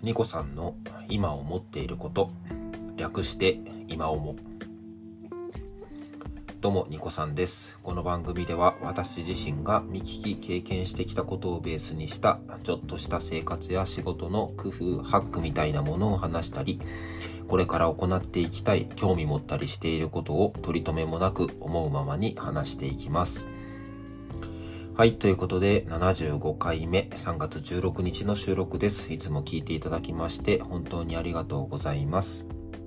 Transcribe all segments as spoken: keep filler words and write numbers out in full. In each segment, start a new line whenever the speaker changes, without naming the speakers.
ニコさんの今思っていること、略して今思。どうもニコさんです。この番組では私自身が見聞き経験してきたことをベースにしたちょっとした生活や仕事の工夫ハックみたいなものを話したり、これから行っていきたい興味持ったりしていることを取り留めもなく思うままに話していきます。はい、ということでななじゅうごかいめさんがつじゅうろくにちの収録です。いつも聞いていただきまして本当にありがとうございます。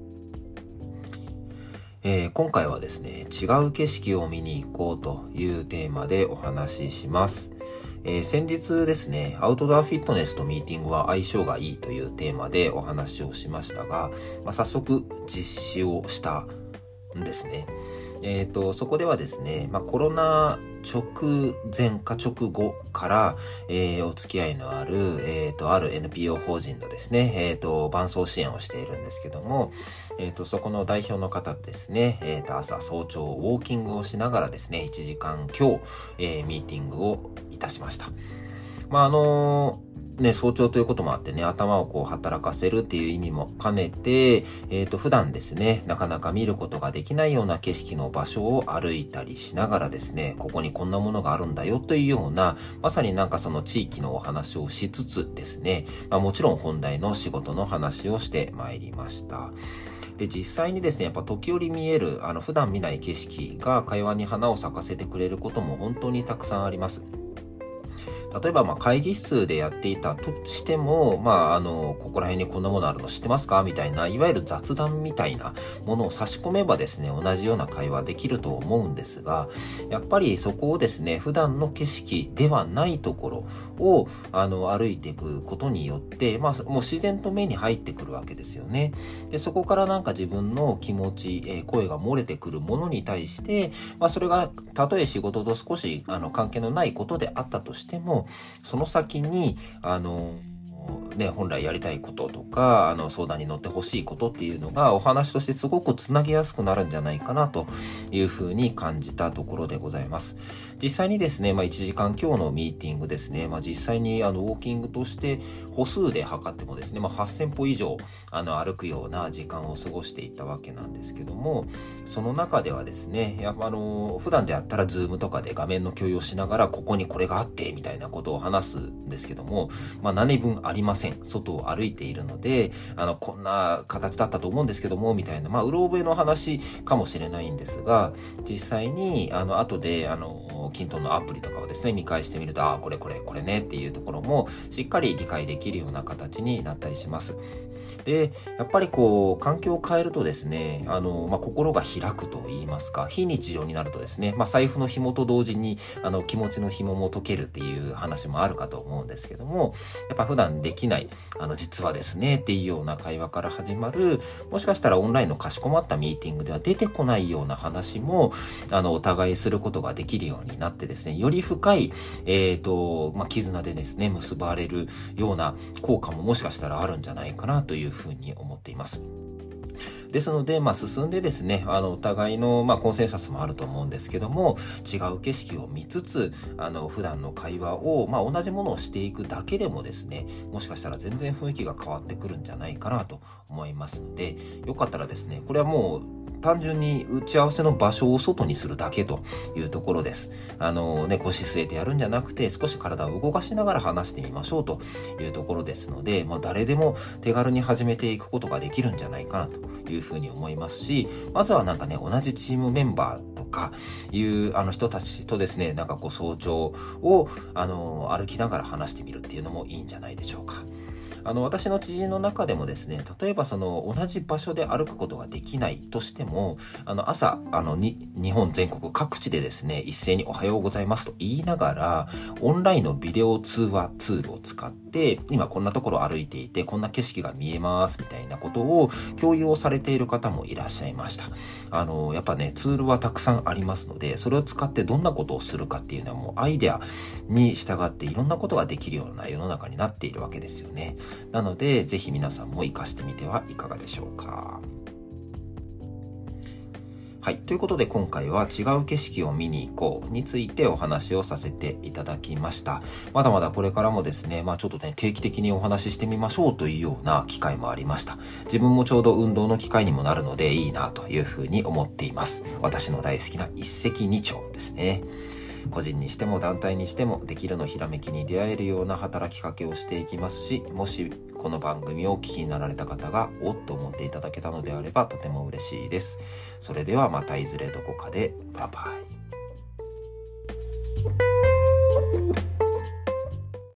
えー、今回はですね、違う景色を見に行こうというテーマでお話しします。えー、先日ですね、アウトドアフィットネスとミーティングは相性がいいというテーマでお話をしましたが、まあ、早速実施をしたんですね。えーと、そこではですね、まあ、コロナ直前か直後から、えー、お付き合いのある、えーと、ある エヌピーオー 法人のですね、えーと、伴走支援をしているんですけども、えーと、そこの代表の方ですね、えーと、朝早朝ウォーキングをしながらですね、いちじかん強、えー、ミーティングをいたしました。まあ、あのーね、早朝ということもあってね、頭をこう働かせるっていう意味も兼ねて、えっと、普段ですね、なかなか見ることができないような景色の場所を歩いたりしながらですね、ここにこんなものがあるんだよというような、まさになんかその地域のお話をしつつですね、まあもちろん本題の仕事の話をしてまいりました。で、実際にですね、やっぱ時折見える、あの、普段見ない景色が会話に花を咲かせてくれることも本当にたくさんあります。例えば、まあ、会議室でやっていたとしても、まあ、あの、ここら辺にこんなものあるの知ってますかみたいな、いわゆる雑談みたいなものを差し込めばですね、同じような会話できると思うんですが、やっぱりそこをですね、普段の景色ではないところを、あの、歩いていくことによって、まあ、もう自然と目に入ってくるわけですよね。で、そこからなんか自分の気持ち、えー、声が漏れてくるものに対して、まあ、それが、たとえ仕事と少し、あの、関係のないことであったとしても、その先に、あの、ね、本来やりたいこととか、あの、相談に乗ってほしいことっていうのが、お話としてすごくつなげやすくなるんじゃないかなというふうに感じたところでございます。実際にですね、まあ、いちじかん強のミーティングですね、まあ、実際にあの、ウォーキングとして歩数で測ってもですね、まあ、はっせんぽ以上、あの、歩くような時間を過ごしていたわけなんですけども、その中ではですね、やっぱあの、普段であったらズームとかで画面の共有をしながら、ここにこれがあって、みたいなことを話すんですけども、まあ、何分ありません。外を歩いているので、あの、こんな形だったと思うんですけども、みたいな、まあ、うろ覚えの話かもしれないんですが、実際に、あの、後で、あの、キントンのアプリとかをですね、見返してみると、ああ、これこれこれねっていうところも、しっかり理解できるような形になったりします。で、やっぱりこう、環境を変えるとですね、あの、まあ、心が開くと言いますか、非日常になるとですね、まあ、財布の紐と同時に、あの、気持ちの紐も解けるっていう話もあるかと思うんですけども、やっぱ普段できない、あの、実はですね、っていうような会話から始まる、もしかしたらオンラインのかしこまったミーティングでは出てこないような話も、あの、お互いすることができるようになってですね、より深い、えっと、まあ、絆でですね、結ばれるような効果ももしかしたらあるんじゃないかなというふうに思っています。ですので、まあ、進んでですね、あの、お互いの、まあ、コンセンサスもあると思うんですけども、違う景色を見つつ、あの、普段の会話を、まあ、同じものをしていくだけでもですね、もしかしたら全然雰囲気が変わってくるんじゃないかなと思いますので、よかったらですね、これはもう、単純に打ち合わせの場所を外にするだけというところです。あのね、腰据えてやるんじゃなくて、少し体を動かしながら話してみましょうというところですので、もう誰でも手軽に始めていくことができるんじゃないかなというふうに思いますし、まずはなんかね、同じチームメンバーとかいうあの人たちとですね、なんかこう早朝をあの歩きながら話してみるっていうのもいいんじゃないでしょうか。あの、私の知人の中でもですね、例えばその同じ場所で歩くことができないとしても、あの、朝、あの、に、日本全国各地でですね、一斉におはようございますと言いながら、オンラインのビデオ通話ツールを使って、今こんなところ歩いていて、こんな景色が見えます、みたいなことを共有をされている方もいらっしゃいました。あの、やっぱね、ツールはたくさんありますので、それを使ってどんなことをするかっていうのはもうアイデアに従っていろんなことができるような世の中になっているわけですよね。なので、ぜひ皆さんも活かしてみてはいかがでしょうか。 はい。ということで今回は違う景色を見に行こうについてお話をさせていただきました。まだまだこれからもですね、まあちょっとね、定期的にお話ししてみましょうというような機会もありました。自分もちょうど運動の機会にもなるのでいいなというふうに思っています。私の大好きな一石二鳥ですね。個人にしても団体にしてもできるのひらめきに出会えるような働きかけをしていきますし、もしこの番組をお聞きになられた方がおっと思っていただけたのであればとても嬉しいです。それではまたいずれどこかで。バイバイ。